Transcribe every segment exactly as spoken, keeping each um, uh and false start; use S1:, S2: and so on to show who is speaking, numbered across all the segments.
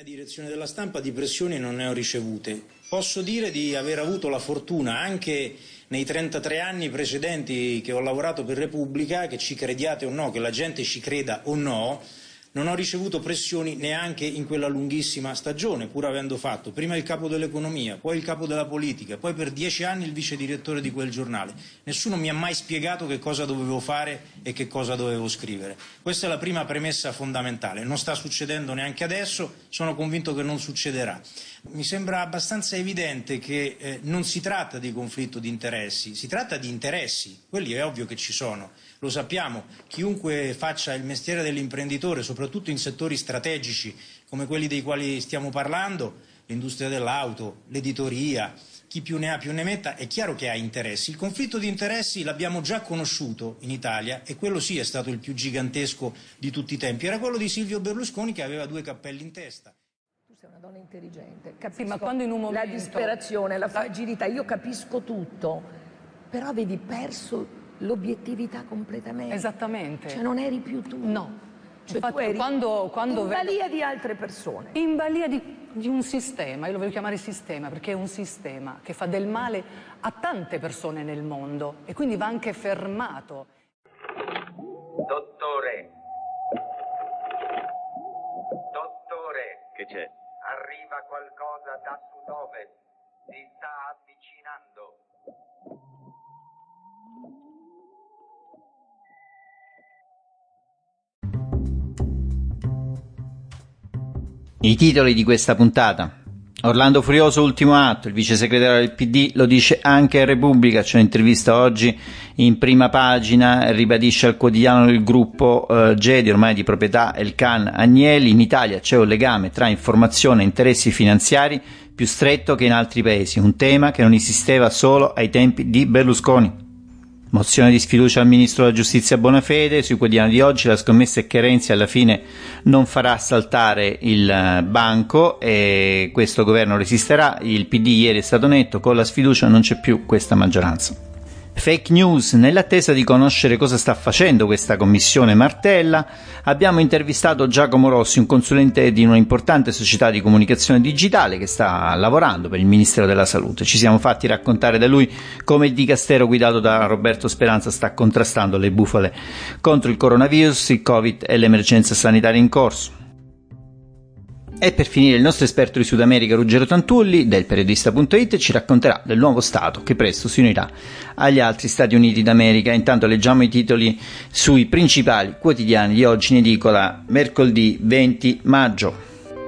S1: direzione della Stampa di pressioni non ne ho ricevute. Posso dire di aver avuto la fortuna anche nei trentatré anni precedenti che ho lavorato per Repubblica, che ci crediate o no, che la gente ci creda o no, non ho ricevuto pressioni neanche in quella lunghissima stagione, pur avendo fatto prima il capo dell'economia, poi il capo della politica, poi per dieci anni il vice direttore di quel giornale. Nessuno mi ha mai spiegato che cosa dovevo fare e che cosa dovevo scrivere. Questa è la prima premessa fondamentale. Non sta succedendo neanche adesso, sono convinto che non succederà. Mi sembra abbastanza evidente che eh, non si tratta di conflitto di interessi, si tratta di interessi, quelli è ovvio che ci sono. Lo sappiamo, chiunque faccia il mestiere dell'imprenditore, soprattutto in settori strategici come quelli dei quali stiamo parlando, l'industria dell'auto, l'editoria, chi più ne ha più ne metta, è chiaro che ha interessi. Il conflitto di interessi l'abbiamo già conosciuto in Italia e quello sì è stato il più gigantesco di tutti i tempi. Era quello di Silvio Berlusconi che aveva due cappelli in testa.
S2: Tu sei una donna intelligente, capisco
S3: sì, ma quando in un momento...
S2: la disperazione, la fragilità, io capisco tutto, però avevi perso l'obiettività completamente.
S3: Esattamente.
S2: Cioè non eri più tu.
S3: No.
S2: Cioè
S3: Infatti,
S2: tu eri
S3: quando, quando
S2: in balia di altre persone.
S3: In balia di, di un sistema, io lo voglio chiamare sistema perché è un sistema che fa del male a tante persone nel mondo e quindi va anche fermato.
S4: Dottore. Dottore.
S5: Che c'è?
S4: Arriva qualcosa da sud-ovest. Si sta avvicinando.
S6: I titoli di questa puntata. Orlando Furioso, ultimo atto, il vice segretario del P D lo dice anche a Repubblica, c'è un'intervista oggi in prima pagina, ribadisce al quotidiano del gruppo eh, Gedi, ormai di proprietà Elkann Agnelli, in Italia c'è un legame tra informazione e interessi finanziari più stretto che in altri paesi, un tema che non esisteva solo ai tempi di Berlusconi. Mozione di sfiducia al ministro della giustizia Bonafede, sui quotidiani di oggi la scommessa è che Renzi alla fine non farà saltare il banco e questo governo resisterà, il P D ieri è stato netto, con la sfiducia non c'è più questa maggioranza. Fake news, nell'attesa di conoscere cosa sta facendo questa commissione Martella, abbiamo intervistato Giacomo Rossi, un consulente di una importante società di comunicazione digitale che sta lavorando per il Ministero della Salute. Ci siamo fatti raccontare da lui come il dicastero guidato da Roberto Speranza sta contrastando le bufale contro il coronavirus, il Covid e l'emergenza sanitaria in corso. E per finire il nostro esperto di Sud America Ruggero Tantulli del periodista punto it ci racconterà del nuovo Stato che presto si unirà agli altri Stati Uniti d'America. Intanto leggiamo i titoli sui principali quotidiani di oggi in edicola mercoledì venti maggio.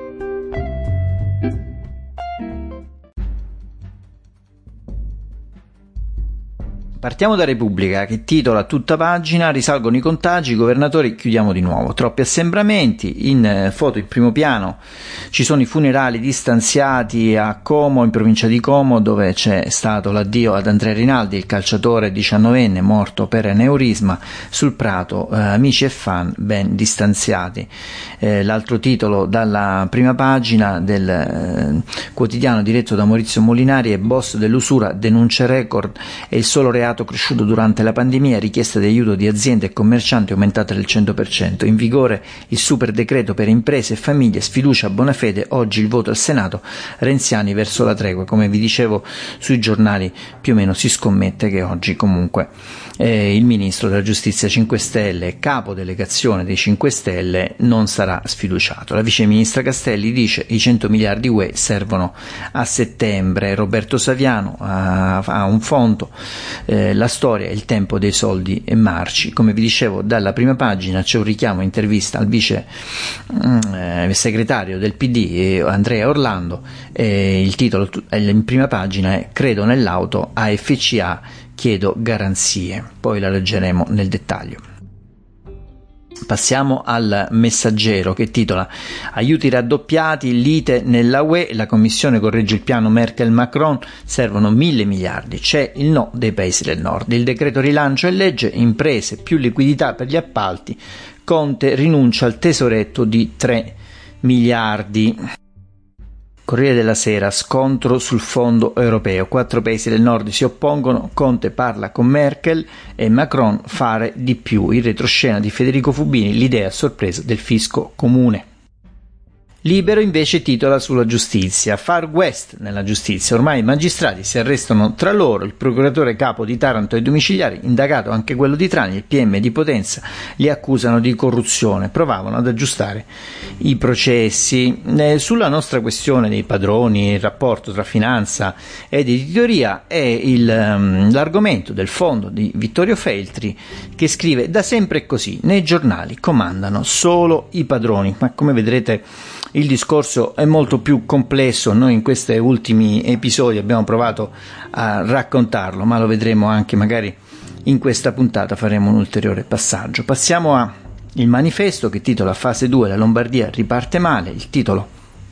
S6: Partiamo da Repubblica che titola a tutta pagina: risalgono i contagi, governatori chiudiamo di nuovo, troppi assembramenti. In foto in primo piano ci sono i funerali distanziati a Como, in provincia di Como, dove c'è stato l'addio ad Andrea Rinaldi, il calciatore diciannovenne morto per aneurisma. Sul prato eh, amici e fan ben distanziati. Eh, l'altro titolo dalla prima pagina del eh, quotidiano diretto da Maurizio Molinari è boss dell'usura, denuncia record e il solo reato cresciuto durante la pandemia, richiesta di aiuto di aziende e commercianti aumentata del cento per cento, in vigore il super decreto per imprese e famiglie, sfiducia a Bonafede, oggi il voto al Senato, renziani verso la tregua. Come vi dicevo sui giornali più o meno si scommette che oggi comunque eh, il ministro della giustizia cinque Stelle, capo delegazione dei cinque Stelle, non sarà sfiduciato. La vice ministra Castelli dice i cento miliardi U E servono a settembre. Roberto Saviano ha, ha un fondo, eh, la storia e il tempo dei soldi e marci. Come vi dicevo dalla prima pagina c'è un richiamo, intervista al vice eh, segretario del P D eh, Andrea Orlando, eh, il titolo in prima pagina è credo nell'auto, A F C A chiedo garanzie, poi la leggeremo nel dettaglio. Passiamo al Messaggero che titola aiuti raddoppiati, lite nella U E, la commissione corregge il piano Merkel-Macron, servono mille miliardi, c'è il no dei paesi del nord, il decreto rilancio e legge, imprese, più liquidità per gli appalti, Conte rinuncia al tesoretto di tre miliardi. Corriere della Sera, scontro sul fondo europeo, quattro paesi del nord si oppongono, Conte parla con Merkel e Macron fare di più, il retroscena di Federico Fubini, l'idea a sorpresa del fisco comune. Libero invece titola sulla giustizia, Far West nella giustizia, ormai i magistrati si arrestano tra loro, il procuratore capo di Taranto ai domiciliari, indagato anche quello di Trani, il P M di Potenza, li accusano di corruzione, provavano ad aggiustare i processi. Eh, sulla nostra questione dei padroni, il rapporto tra finanza ed editoria è il, um, l'argomento del fondo di Vittorio Feltri, che scrive: da sempre è così, nei giornali comandano solo i padroni, ma come vedrete il discorso è molto più complesso. Noi in questi ultimi episodi abbiamo provato a raccontarlo, ma lo vedremo anche magari in questa puntata, faremo un ulteriore passaggio. Passiamo a il manifesto, che titola Fase due, la Lombardia riparte male, il titolo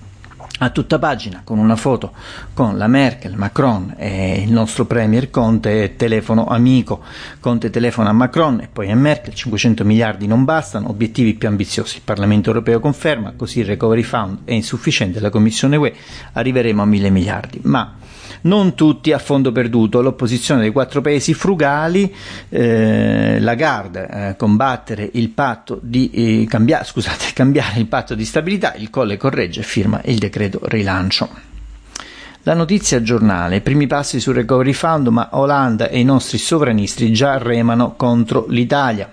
S6: a tutta pagina con una foto con la Merkel, Macron e il nostro premier Conte, telefono amico, Conte telefona a Macron e poi a Merkel, cinquecento miliardi non bastano, obiettivi più ambiziosi, il Parlamento europeo conferma, così il Recovery Fund è insufficiente, la Commissione U E, arriveremo a mille miliardi, ma non tutti a fondo perduto, l'opposizione dei quattro paesi frugali, eh, Lagarde, eh, combattere il patto di eh, cambia, scusate, cambiare il patto di stabilità, il Colle corregge e firma il decreto rilancio. La notizia giornale, primi passi sul Recovery Fund, ma Hollande e i nostri sovranisti già remano contro l'Italia.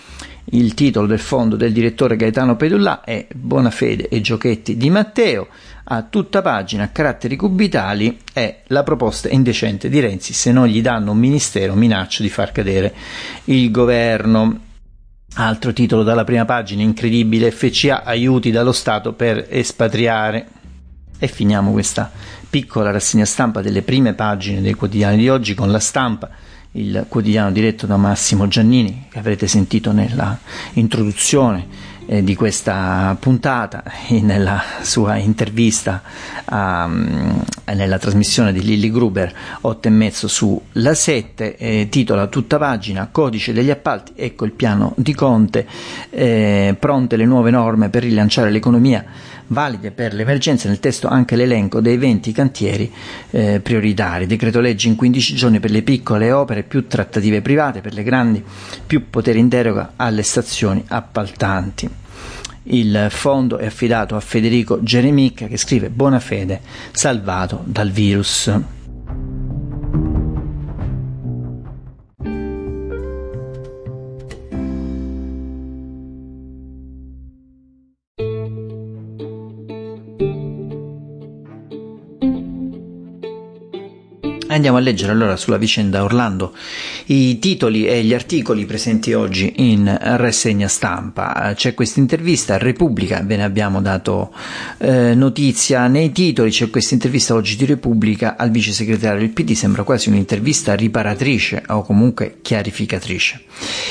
S6: Il titolo del fondo del direttore Gaetano Pedullà è Bonafede e giochetti di Matteo. A tutta pagina, a caratteri cubitali, è la proposta indecente di Renzi: se non gli danno un ministero minaccio di far cadere il governo. Altro titolo dalla prima pagina, incredibile, F C A aiuti dallo Stato per espatriare. E finiamo questa piccola rassegna stampa delle prime pagine dei quotidiani di oggi con La Stampa, il quotidiano diretto da Massimo Giannini, che avrete sentito nella introduzione eh, di questa puntata, e nella sua intervista a, um, nella trasmissione di Lilli Gruber otto e mezzo su La sette, eh, titola tutta pagina Codice degli appalti, ecco il piano di Conte, eh, pronte le nuove norme per rilanciare l'economia, valide per l'emergenza, nel testo anche l'elenco dei venti cantieri eh, prioritari, decreto legge in quindici giorni per le piccole opere, più trattative private, per le grandi più potere in deroga alle stazioni appaltanti. Il fondo è affidato a Federico Geremicca, che scrive Bonafede salvato dal virus. Andiamo a leggere allora sulla vicenda Orlando i titoli e gli articoli presenti oggi in rassegna stampa. C'è questa intervista a Repubblica, ve ne abbiamo dato eh, notizia nei titoli. C'è questa intervista oggi di Repubblica al vice segretario del P D, sembra quasi un'intervista riparatrice o comunque chiarificatrice.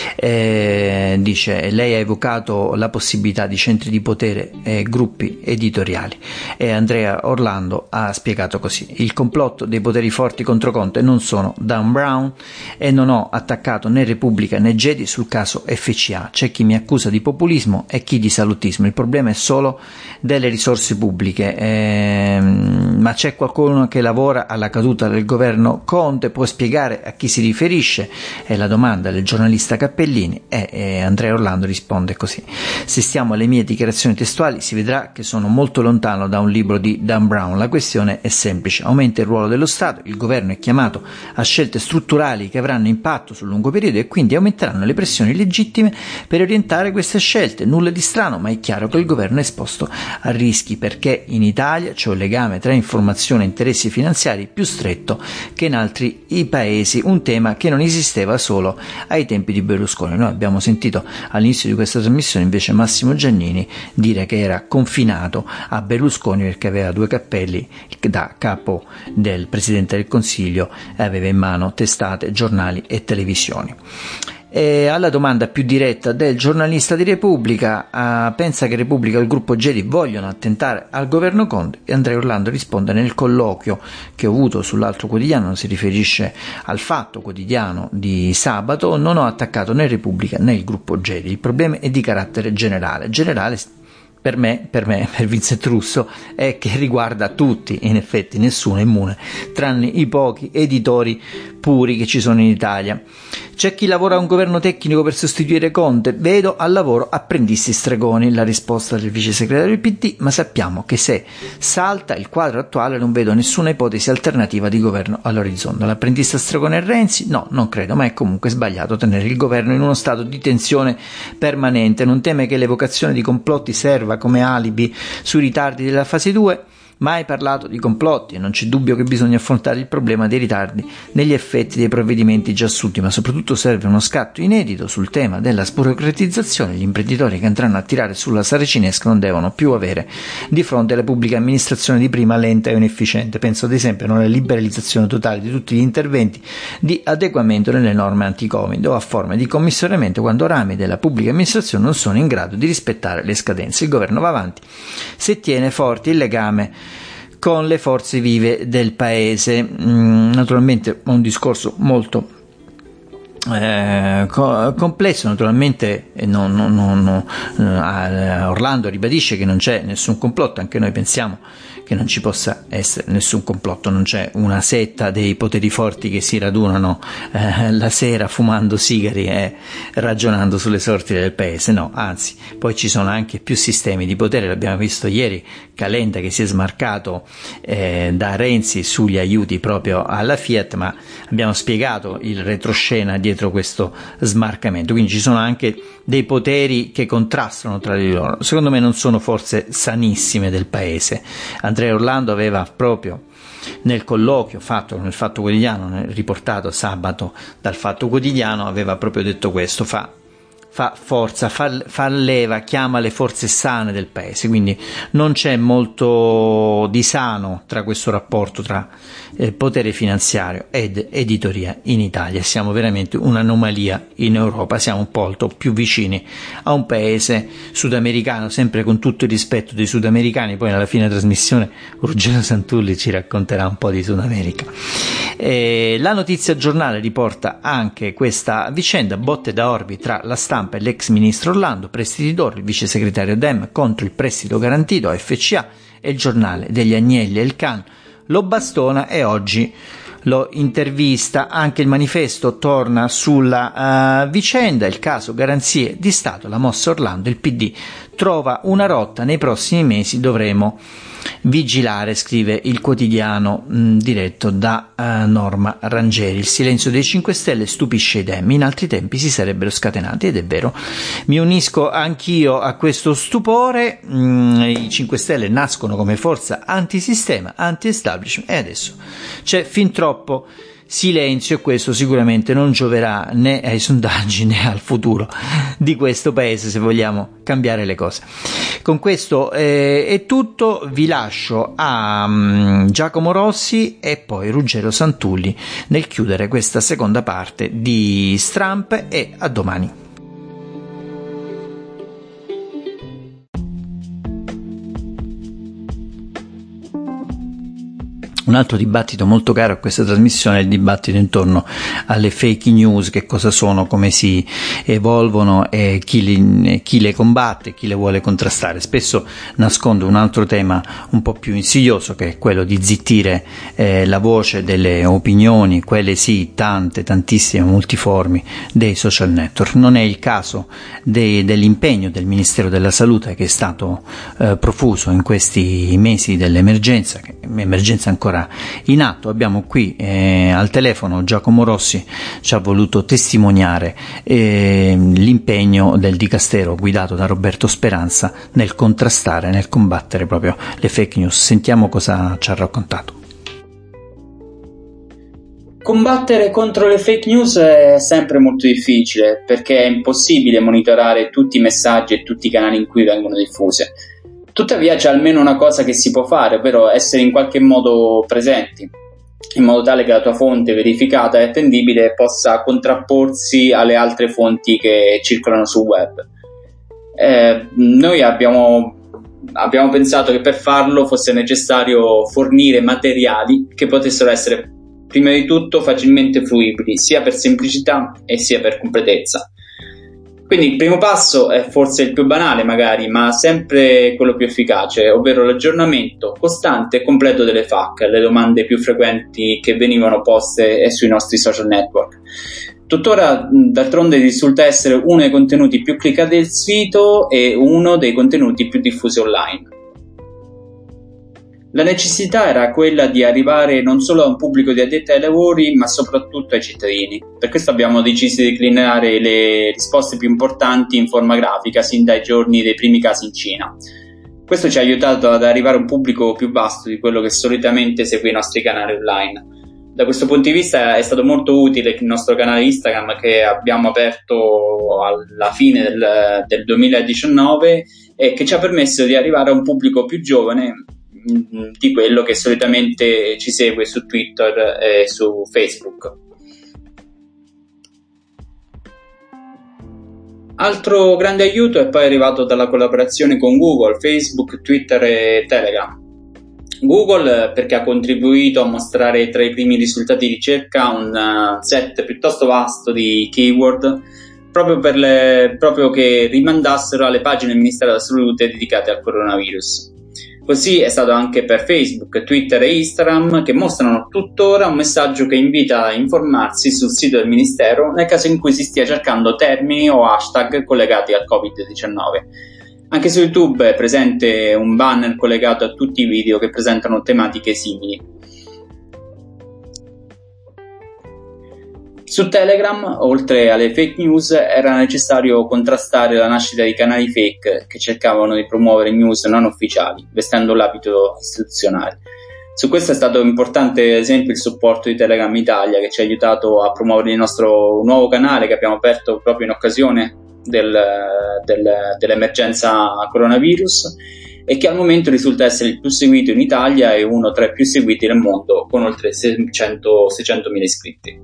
S6: Eh, dice: lei ha evocato la possibilità di centri di potere e gruppi editoriali, e Andrea Orlando ha spiegato così: il complotto dei poteri forti contro Conte non sono Dan Brown e non ho attaccato né Repubblica né Gedi sul caso F C A. C'è chi mi accusa di populismo e chi di saluttismo, il problema è solo delle risorse pubbliche, ehm, ma c'è qualcuno che lavora alla caduta del governo Conte, può spiegare a chi si riferisce? È la domanda del giornalista Cappellini, e, e Andrea Orlando risponde così: se stiamo alle mie dichiarazioni testuali si vedrà che sono molto lontano da un libro di Dan Brown. La questione è semplice: aumenta il ruolo dello Stato, il governo è chiamato a scelte strutturali che avranno impatto sul lungo periodo e quindi aumenteranno le pressioni legittime per orientare queste scelte. Nulla di strano, ma è chiaro che il governo è esposto a rischi, perché in Italia c'è un legame tra informazione e interessi finanziari più stretto che in altri i paesi, un tema che non esisteva solo ai tempi di Berlusconi. Noi abbiamo sentito all'inizio di questa trasmissione invece Massimo Giannini dire che era confinato a Berlusconi perché aveva due cappelli da capo del Presidente del Consiglio e aveva in mano testate, giornali e televisioni. E alla domanda più diretta del giornalista di Repubblica, uh, pensa che Repubblica e il gruppo Gedi vogliono attentare al governo Conte, e Andrea Orlando risponde: nel colloquio che ho avuto sull'altro quotidiano, non si riferisce al Fatto Quotidiano di sabato, non ho attaccato né Repubblica né il gruppo Gedi, il problema è di carattere generale, generale per me, per me, per Vincent Russo, è che riguarda tutti, in effetti nessuno è immune, tranne i pochi editori puri che ci sono in Italia. C'è chi lavora a un governo tecnico per sostituire Conte, vedo al lavoro apprendisti stregoni, la risposta del vice segretario del P D, ma sappiamo che se salta il quadro attuale non vedo nessuna ipotesi alternativa di governo all'orizzonte. L'apprendista stregone è Renzi? No, non credo, ma è comunque sbagliato tenere il governo in uno stato di tensione permanente. Non teme che l'evocazione di complotti serva come alibi sui ritardi della fase due? Mai parlato di complotti e non c'è dubbio che bisogna affrontare il problema dei ritardi negli effetti dei provvedimenti già assunti, ma soprattutto serve uno scatto inedito sul tema della sburocratizzazione. Gli imprenditori che andranno a tirare sulla saracinesca non devono più avere di fronte alla pubblica amministrazione di prima lenta e inefficiente. Penso ad esempio alla liberalizzazione totale di tutti gli interventi di adeguamento nelle norme anti-Covid o a forme di commissariamento quando rami della pubblica amministrazione non sono in grado di rispettare le scadenze. Il governo va avanti se tiene forte il legame con le forze vive del paese. Mm, naturalmente è un discorso molto eh, co- complesso, naturalmente non, non, non, eh, Orlando ribadisce che non c'è nessun complotto, anche noi pensiamo che non ci possa essere nessun complotto, non c'è una setta dei poteri forti che si radunano eh, la sera fumando sigari e ragionando sulle sorti del paese, no, anzi, poi ci sono anche più sistemi di potere, l'abbiamo visto ieri, Calenda che si è smarcato eh, da Renzi sugli aiuti proprio alla Fiat, ma abbiamo spiegato il retroscena dietro questo smarcamento, quindi ci sono anche dei poteri che contrastano tra di loro, secondo me non sono forze sanissime del paese. Andrea Orlando aveva proprio nel colloquio fatto nel Fatto Quotidiano, riportato sabato dal Fatto Quotidiano, aveva proprio detto questo, fa fa forza, fa, fa leva, chiama le forze sane del paese, quindi non c'è molto di sano tra questo rapporto tra eh, potere finanziario ed editoria in Italia. Siamo veramente un'anomalia in Europa, siamo un po' più vicini a un paese sudamericano, sempre con tutto il rispetto dei sudamericani. Poi alla fine della trasmissione Ruggero Santulli ci racconterà un po' di Sud America. Eh, la Notizia Giornale riporta anche questa vicenda, botte da orbi tra la stampa e l'ex ministro Orlando, prestiti d'oro, il vice segretario Dem contro il prestito garantito a F C A, e il giornale degli Agnelli e il Can lo bastona e oggi lo intervista. Anche il Manifesto torna sulla uh, vicenda, il caso garanzie di Stato, la mossa Orlando, il P D trova una rotta, nei prossimi mesi dovremo vigilare, scrive il quotidiano mh, diretto da uh, Norma Rangeri. Il silenzio dei cinque Stelle stupisce i Dem, in altri tempi si sarebbero scatenati, ed è vero, mi unisco anch'io a questo stupore. mh, i cinque Stelle nascono come forza antisistema, anti-establishment, e adesso c'è fin troppo silenzio, e questo sicuramente non gioverà né ai sondaggi né al futuro di questo paese, se vogliamo cambiare le cose. Con questo eh, è tutto, vi lascio a um, Giacomo Rossi e poi Ruggero Santulli nel chiudere questa seconda parte di Stramp, e a domani. Un altro dibattito molto caro a questa trasmissione è il dibattito intorno alle fake news, che cosa sono, come si evolvono e chi, li, chi le combatte, chi le vuole contrastare. Spesso nasconde un altro tema un po' più insidioso, che è quello di zittire eh, la voce delle opinioni, quelle sì, tante, tantissime, multiformi, dei social network. Non è il caso dei, dell'impegno del Ministero della Salute, che è stato eh, profuso in questi mesi dell'emergenza, che emergenza ancora in atto. Abbiamo qui eh, al telefono Giacomo Rossi, ci ha voluto testimoniare eh, l'impegno del Dicastero guidato da Roberto Speranza nel contrastare, nel combattere proprio le fake news. Sentiamo cosa ci ha raccontato.
S5: Combattere contro le fake news è sempre molto difficile, perché è impossibile monitorare tutti i messaggi e tutti i canali in cui vengono diffuse. Tuttavia c'è almeno una cosa che si può fare, ovvero essere in qualche modo presenti, in modo tale che la tua fonte verificata e attendibile possa contrapporsi alle altre fonti che circolano sul web. Eh, noi abbiamo, abbiamo pensato che per farlo fosse necessario fornire materiali che potessero essere, prima di tutto, facilmente fruibili, sia per semplicità e sia per completezza. Quindi il primo passo è forse il più banale magari, ma sempre quello più efficace, ovvero l'aggiornamento costante e completo delle F A Q, le domande più frequenti che venivano poste sui nostri social network. Tuttora, d'altronde, risulta essere uno dei contenuti più cliccati del sito e uno dei contenuti più diffusi online. La necessità era quella di arrivare non solo a un pubblico di addetti ai lavori, ma soprattutto ai cittadini. Per questo abbiamo deciso di declinare le risposte più importanti in forma grafica sin dai giorni dei primi casi in Cina. Questo ci ha aiutato ad arrivare a un pubblico più vasto di quello che solitamente segue i nostri canali online. Da questo punto di vista è stato molto utile il nostro canale Instagram, che abbiamo aperto alla fine del, del duemiladiciannove e che ci ha permesso di arrivare a un pubblico più giovane di quello che solitamente ci segue su Twitter e su Facebook. Altro grande aiuto è poi arrivato dalla collaborazione con Google, Facebook, Twitter e Telegram. Google perché ha contribuito a mostrare tra i primi risultati di ricerca un set piuttosto vasto di keyword proprio, per le, proprio che rimandassero alle pagine del Ministero della Salute dedicate al coronavirus. Così è stato anche per Facebook, Twitter e Instagram, che mostrano tuttora un messaggio che invita a informarsi sul sito del Ministero nel caso in cui si stia cercando termini o hashtag collegati al covid diciannove. Anche su YouTube è presente un banner collegato a tutti i video che presentano tematiche simili. Su Telegram, oltre alle fake news, era necessario contrastare la nascita di canali fake che cercavano di promuovere news non ufficiali, vestendo l'abito istituzionale. Su questo è stato importante, ad esempio, il supporto di Telegram Italia, che ci ha aiutato a promuovere il nostro nuovo canale che abbiamo aperto proprio in occasione del, del, dell'emergenza coronavirus e che al momento risulta essere il più seguito in Italia e uno tra i più seguiti nel mondo, con oltre seicentomila iscritti.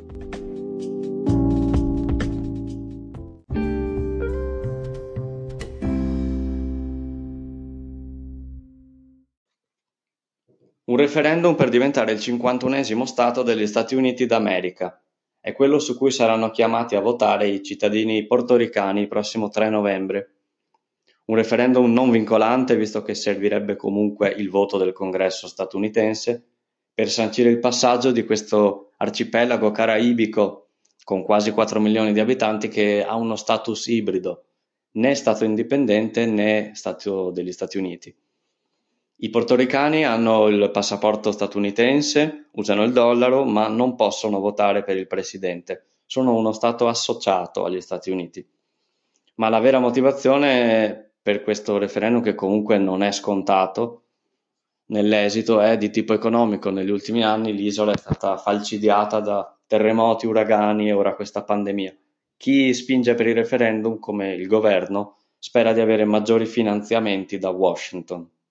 S7: Un referendum per diventare il cinquantunesimo Stato degli Stati Uniti d'America. È quello su cui saranno chiamati a votare i cittadini portoricani il prossimo tre novembre. Un referendum non vincolante, visto che servirebbe comunque il voto del Congresso statunitense, per sancire il passaggio di questo arcipelago caraibico con quasi quattro milioni di abitanti che ha uno status ibrido, né Stato indipendente né Stato degli Stati Uniti. I portoricani hanno il passaporto statunitense, usano il dollaro, ma non possono votare per il presidente. Sono uno Stato associato agli Stati Uniti. Ma la vera motivazione per questo referendum, che comunque non è scontato nell'esito, è di tipo economico. Negli ultimi anni l'isola è stata falcidiata da terremoti, uragani e ora questa pandemia. Chi spinge per il referendum, come il governo, spera di avere maggiori finanziamenti da Washington.